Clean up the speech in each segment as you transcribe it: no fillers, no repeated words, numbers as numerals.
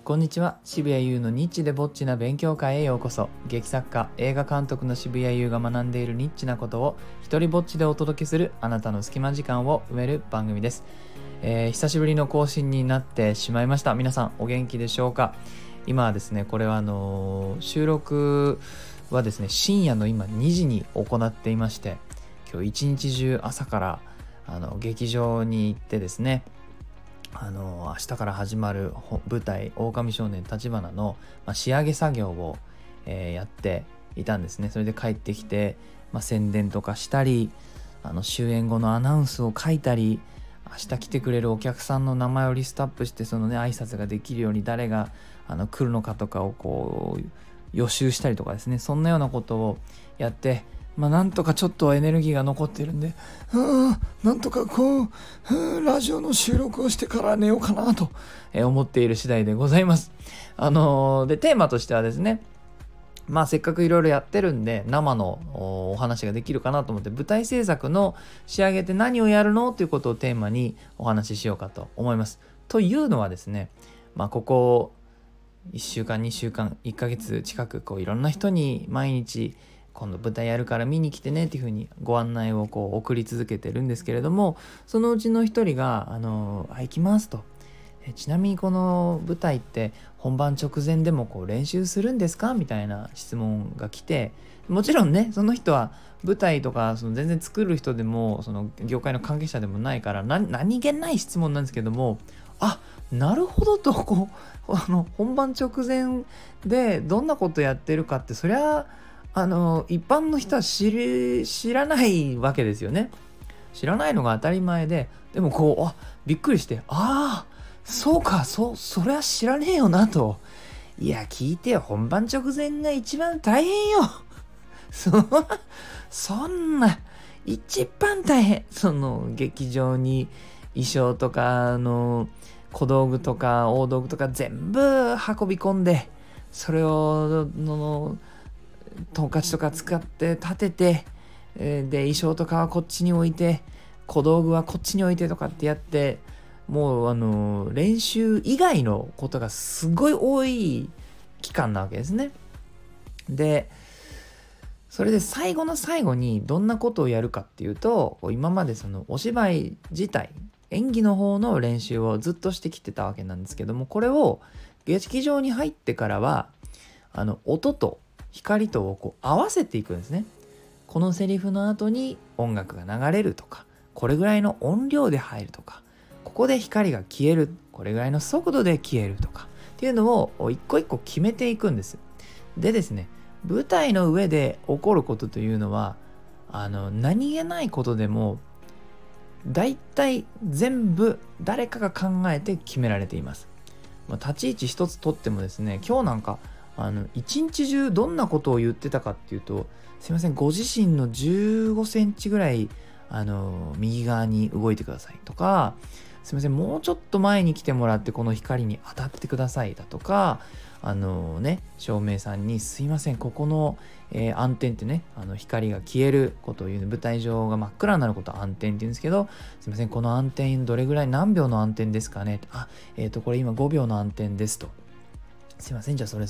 こんにちは。渋谷優のニッチでぼっちな勉強会へようこそ。劇作家、映画監督の渋谷優が学んでいるニッチなことを一人ぼっちでお届けするあなたの隙間時間を埋める番組です。久しぶりの更新になってしまいました。皆さんお元気でしょうか？今はですね、これは収録はですね、深夜の今2時に行っていまして、今日一日中朝から劇場に行ってですね、明日から始まる舞台狼少年立花の、仕上げ作業を、やっていたんですね。それで帰ってきて、宣伝とかしたり、終演後のアナウンスを書いたり、明日来てくれるお客さんの名前をリストアップして、そのね挨拶ができるように誰が来るのかとかをこう予習したりとかですね、そんなようなことをやって、なんとかちょっとエネルギーが残ってるんで、なんとかラジオの収録をしてから寝ようかなと思っている次第でございます。でテーマとしてはですね、せっかくいろいろやってるんで生のお話ができるかなと思って、舞台制作の仕上げって何をやるのということをテーマにお話ししようかと思います。というのはですね、ここ1週間2週間1ヶ月近くいろんな人に毎日今度舞台やるから見に来てねっていう風にご案内を送り続けてるんですけれども、そのうちの一人が行きますと、ちなみにこの舞台って本番直前でも練習するんですかみたいな質問が来て、もちろんねその人は舞台とか全然作る人でもその業界の関係者でもないから何気ない質問なんですけども、なるほどと、本番直前でどんなことやってるかってそりゃ一般の人は知らないわけですよね。知らないのが当たり前で、でもびっくりして、そうか、そりゃ知らねえよなと。いや聞いてよ、本番直前が一番大変よ。そんな一番大変。その劇場に衣装とか小道具とか大道具とか全部運び込んで、それをトンカチとか使って立てて、で衣装とかはこっちに置いて小道具はこっちに置いてとかってやって、もう練習以外のことがすごい多い期間なわけですね。でそれで最後の最後にどんなことをやるかっていうと、今までそのお芝居自体演技の方の練習をずっとしてきてたわけなんですけども、これを劇場に入ってからは音と光とを合わせていくんですね。このセリフの後に音楽が流れるとか、これぐらいの音量で入るとか、ここで光が消える、これぐらいの速度で消えるとかっていうのを一個一個決めていくんです。でですね、舞台の上で起こることというのは何気ないことでもだいたい全部誰かが考えて決められています。立ち位置一つとってもですね、今日なんか一日中どんなことを言ってたかっていうと、すいませんご自身の15センチぐらい右側に動いてくださいとか、すいませんもうちょっと前に来てもらってこの光に当たってくださいだとか、照明さんにすいませんここの、暗転ってね、光が消えることを言うの、舞台上が真っ暗になることを暗転って言うんですけど、すいませんこの暗転どれぐらい何秒の暗転ですかね、これ今5秒の暗転ですと、すいませんじゃあそれ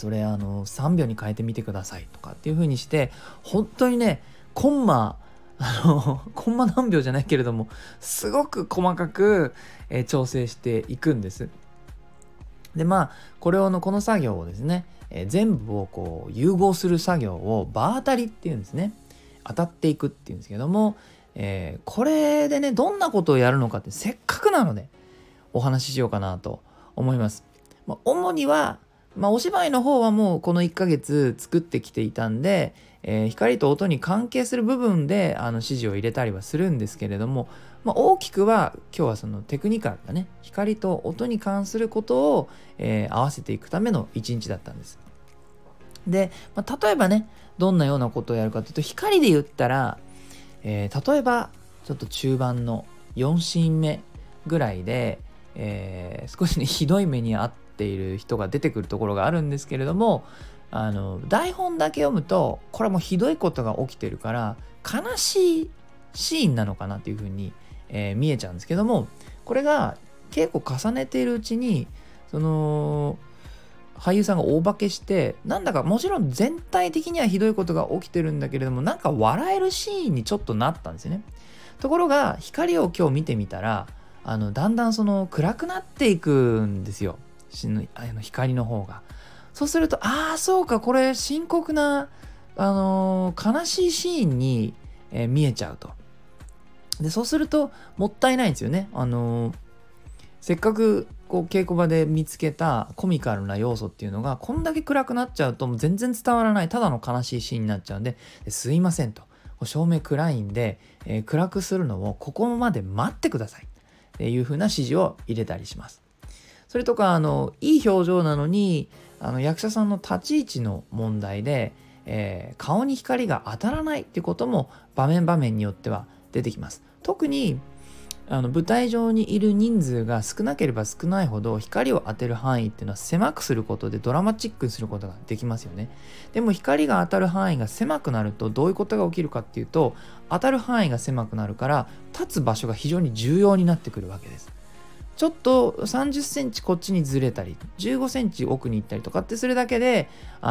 3秒に変えてみてくださいとかっていう風にして、本当にねコンマ何秒じゃないけれどもすごく細かく、調整していくんです。でこの作業をですね、全部を融合する作業を場当たりっていうんですね。当たっていくっていうんですけども、これでねどんなことをやるのかってせっかくなのでお話ししようかなと思います。主にはお芝居の方はもうこの1ヶ月作ってきていたんで、光と音に関係する部分で指示を入れたりはするんですけれども、大きくは今日はそのテクニカルなね光と音に関することを、合わせていくための一日だったんです。で、例えばねどんなようなことをやるかというと、光で言ったら、例えばちょっと中盤の4シーン目ぐらいで、少しねひどい目に遭っている人が出てくるところがあるんですけれども、台本だけ読むとこれもひどいことが起きてるから悲しいシーンなのかなっていう風に、見えちゃうんですけども、これが結構重ねているうちに俳優さんが大化けして、なんだかもちろん全体的にはひどいことが起きてるんだけれども、なんか笑えるシーンにちょっとなったんですよね。ところが光を今日見てみたら、だんだんその暗くなっていくんですよ、光の方が。そうすると、そうか、これ深刻な悲しいシーンに、見えちゃうと。でそうするともったいないんですよね。せっかくこう稽古場で見つけたコミカルな要素っていうのがこんだけ暗くなっちゃうと、もう全然伝わらない、ただの悲しいシーンになっちゃうんで、すいませんと、照明暗いんで、暗くするのをここまで待ってくださいっていう風な指示を入れたりします。それとかいい表情なのに役者さんの立ち位置の問題で、顔に光が当たらないっていうことも場面場面によっては出てきます。特に舞台上にいる人数が少なければ少ないほど光を当てる範囲っていうのは狭くすることでドラマチックにすることができますよね。でも光が当たる範囲が狭くなるとどういうことが起きるかっていうと、当たる範囲が狭くなるから立つ場所が非常に重要になってくるわけです。ちょっと30センチこっちにずれたり15センチ奥に行ったりとかってするだけで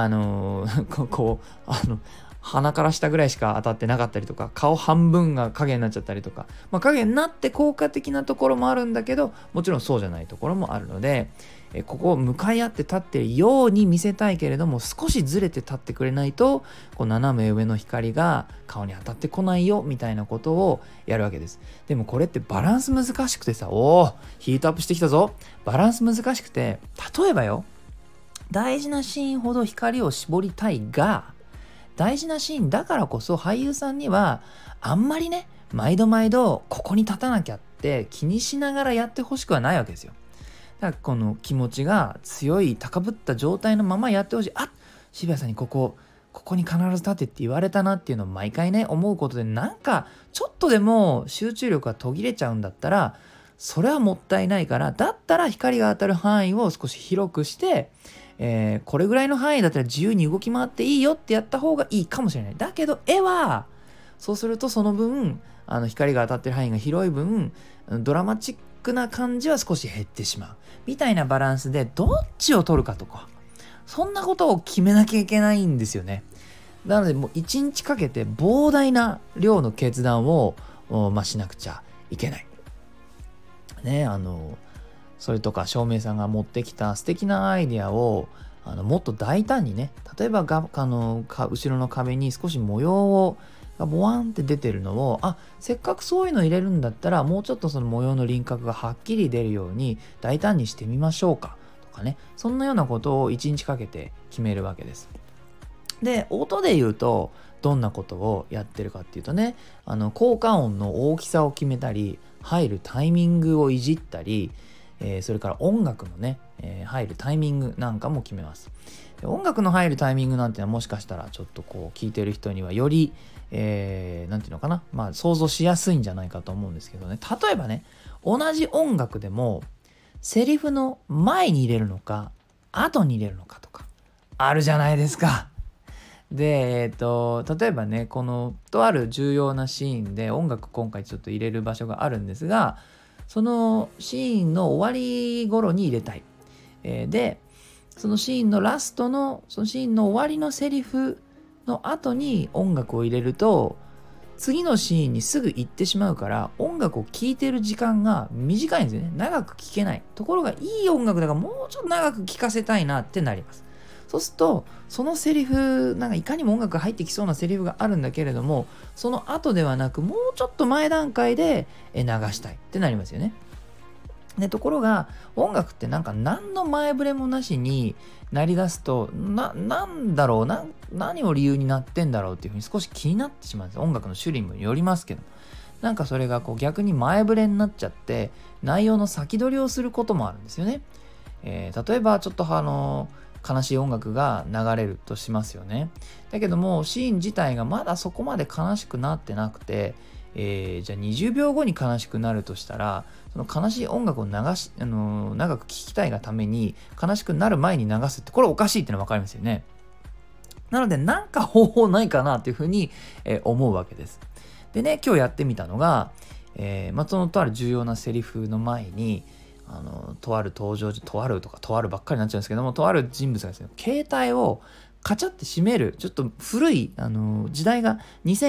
鼻から下ぐらいしか当たってなかったりとか、顔半分が影になっちゃったりとか、影になって効果的なところもあるんだけど、もちろんそうじゃないところもあるので、ここを向かい合って立っているように見せたいけれども、少しずれて立ってくれないとこう斜め上の光が顔に当たってこないよみたいなことをやるわけです。でもこれってバランス難しくてさ、ヒートアップしてきたぞ。バランス難しくて、例えばよ、大事なシーンほど光を絞りたいが、大事なシーンだからこそ俳優さんにはあんまりね、毎度毎度ここに立たなきゃって気にしながらやってほしくはないわけですよ。だからこの気持ちが強い高ぶった状態のままやってほしい。渋谷さんにここに必ず立てって言われたなっていうのを毎回ね思うことで、なんかちょっとでも集中力が途切れちゃうんだったら、それはもったいないから、だったら光が当たる範囲を少し広くして、これぐらいの範囲だったら自由に動き回っていいよってやった方がいいかもしれない。だけど絵はそうするとその分光が当たってる範囲が広い分ドラマチックな感じは少し減ってしまうみたいなバランスで、どっちを取るかとか、そんなことを決めなきゃいけないんですよね。なのでもう1日かけて膨大な量の決断をしなくちゃいけないね。それとか照明さんが持ってきた素敵なアイデアをもっと大胆にね、例えば後ろの壁に少し模様がボワンって出てるのを、せっかくそういうの入れるんだったらもうちょっとその模様の輪郭がはっきり出るように大胆にしてみましょうかとかね、そんなようなことを1日かけて決めるわけです。で、音で言うとどんなことをやってるかっていうとね、効果音の大きさを決めたり、入るタイミングをいじったり、それから音楽のね、入るタイミングなんかも決めます。で、音楽の入るタイミングなんてのはもしかしたらちょっとこう聞いてる人にはより、なんていうのかな、想像しやすいんじゃないかと思うんですけどね。例えばね、同じ音楽でもセリフの前に入れるのか後に入れるのかとかあるじゃないですか。で、例えばね、このとある重要なシーンで音楽今回ちょっと入れる場所があるんですが、そのシーンの終わり頃に入れたい。で、そのシーンのラストの、そのシーンの終わりのセリフの後に音楽を入れると、次のシーンにすぐ行ってしまうから、音楽を聴いてる時間が短いんですよね。長く聴けない。ところがいい音楽だからもうちょっと長く聴かせたいなってなります。そうすると、そのセリフ、いかにも音楽が入ってきそうなセリフがあるんだけれども、その後ではなく、もうちょっと前段階で流したいってなりますよね。で、ところが、音楽って何の前触れもなしになりだすと、なんだろうな、何を理由になってんだろうっていうふうに少し気になってしまうんです。音楽の種類もよりますけど。それがこう逆に前触れになっちゃって、内容の先取りをすることもあるんですよね。例えば、ちょっと悲しい音楽が流れるとしますよね。だけどもシーン自体がまだそこまで悲しくなってなくて、じゃあ20秒後に悲しくなるとしたら、その悲しい音楽を長く聴きたいがために悲しくなる前に流すって、これおかしいってのは分かりますよね。なのでなんか方法ないかなっていうふうに、思うわけです。でね、今日やってみたのが、そのとある重要なセリフの前にとある登場時、とあるとかとあるばっかりになっちゃうんですけども、とある人物がですね、携帯をカチャって閉める、ちょっと古い、時代が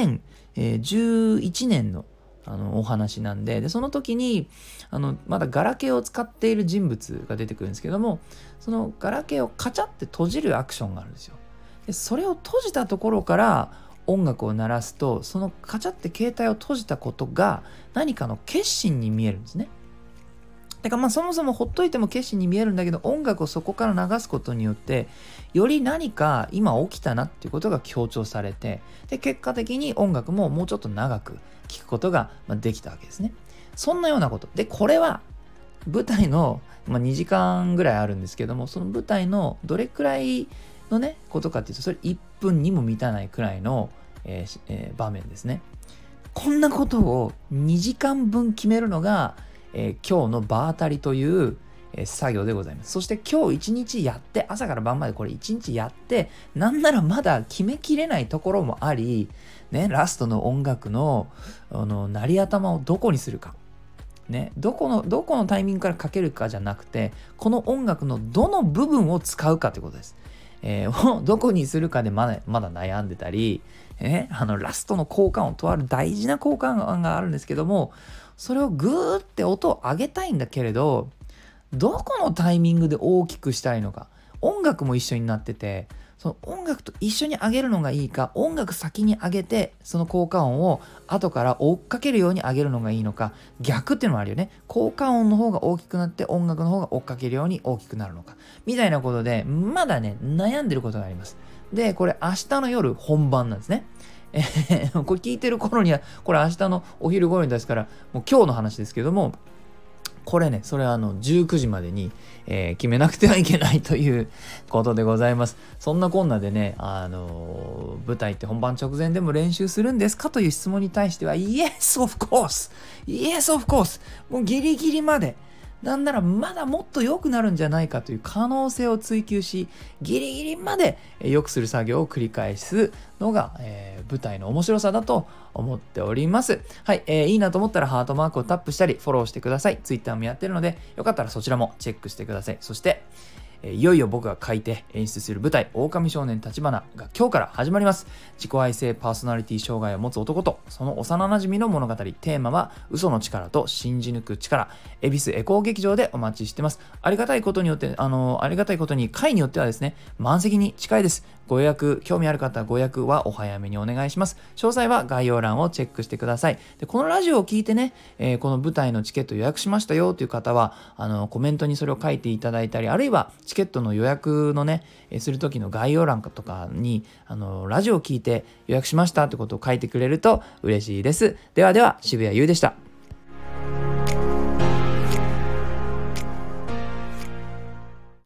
2011年のお話なんで、その時にまだガラケーを使っている人物が出てくるんですけども、そのガラケーをカチャって閉じるアクションがあるんですよ。でそれを閉じたところから音楽を鳴らすと、そのカチャって携帯を閉じたことが何かの決心に見えるんですね。だからそもそもほっといても決心に見えるんだけど、音楽をそこから流すことによってより何か今起きたなっていうことが強調されて、で結果的に音楽ももうちょっと長く聴くことができたわけですね。そんなようなことで、これは舞台の、2時間ぐらいあるんですけども、その舞台のどれくらいのねことかっていうと、それ1分にも満たないくらいの、場面ですね。こんなことを2時間分決めるのが今日の場当たりという、作業でございます。そして今日一日やって、朝から晩までこれ一日やって、なんならまだ決めきれないところもあり、ね、ラストの音楽の鳴り頭をどこにするか。ね、どこのタイミングからかけるかじゃなくて、この音楽のどの部分を使うかということです。どこにするかでまだ悩んでたり、ラストの効果音、とある大事な効果音があるんですけども、それをグーって音を上げたいんだけれど、どこのタイミングで大きくしたいのか。音楽も一緒になってて、その音楽と一緒に上げるのがいいか、音楽先に上げてその効果音を後から追っかけるように上げるのがいいのか、逆っていうのもあるよね。効果音の方が大きくなって音楽の方が追っかけるように大きくなるのかみたいなことで、まだね悩んでることがあります。でこれ明日の夜本番なんですね。これ聞いてる頃にはこれ明日のお昼頃にですから、もう今日の話ですけども、これね、それは19時までに、決めなくてはいけないということでございます。そんなこんなでね、舞台って本番直前でも練習するんですかという質問に対しては、Yes, of course! Yes, of course! もうギリギリまで、なんならまだもっと良くなるんじゃないかという可能性を追求し、ギリギリまで良くする作業を繰り返すのが、舞台の面白さだと思っております。はい、いいなと思ったらハートマークをタップしたりフォローしてください。Twitter もやってるので、よかったらそちらもチェックしてください。そしていよいよ僕が書いて演出する舞台狼少年立花が今日から始まります。自己愛性パーソナリティ障害を持つ男とその幼馴染の物語。テーマは嘘の力と信じ抜く力。恵比寿エコー劇場でお待ちしてます。ありがたいことに回によってはですね、満席に近いです。ご予約、興味ある方はご予約はお早めにお願いします。詳細は概要欄をチェックしてください。でこのラジオを聞いてね、この舞台のチケット予約しましたよという方はコメントにそれを書いていただいたり、あるいはチケットの予約のね、する時の概要欄とかにラジオを聞いて予約しましたってことを書いてくれると嬉しいです。ではでは、渋谷優でした。